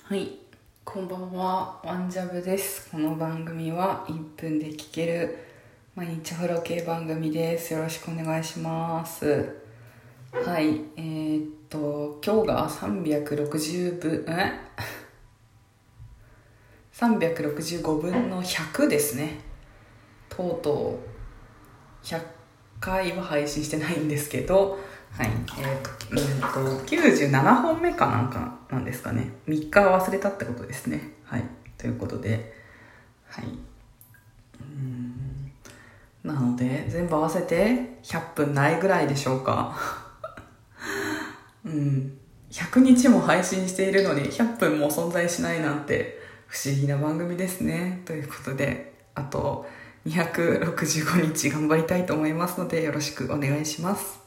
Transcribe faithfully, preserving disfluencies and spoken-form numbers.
はい、こんばんは、ワンジャブです。この番組はいっぷんで聞ける毎日お風呂系番組です。よろしくお願いします。はい、えー、っと今日がさんびゃくろくじゅうぶんえさんびゃくろくじゅうごぶんのひゃくですね。とうとうひゃっかいは配信してないんですけど、はい、えー、っと、うんときゅうじゅうななほんめかなんかなんですかね。みっか忘れたってことですね。はい、ということで、はい、うんなので全部合わせてひゃっぷんないぐらいでしょうか。うんひゃくにちも配信しているのにひゃっぷんも存在しないなんて不思議な番組ですね。ということで、あとにひゃくろくじゅうごにち頑張りたいと思いますのでよろしくお願いします。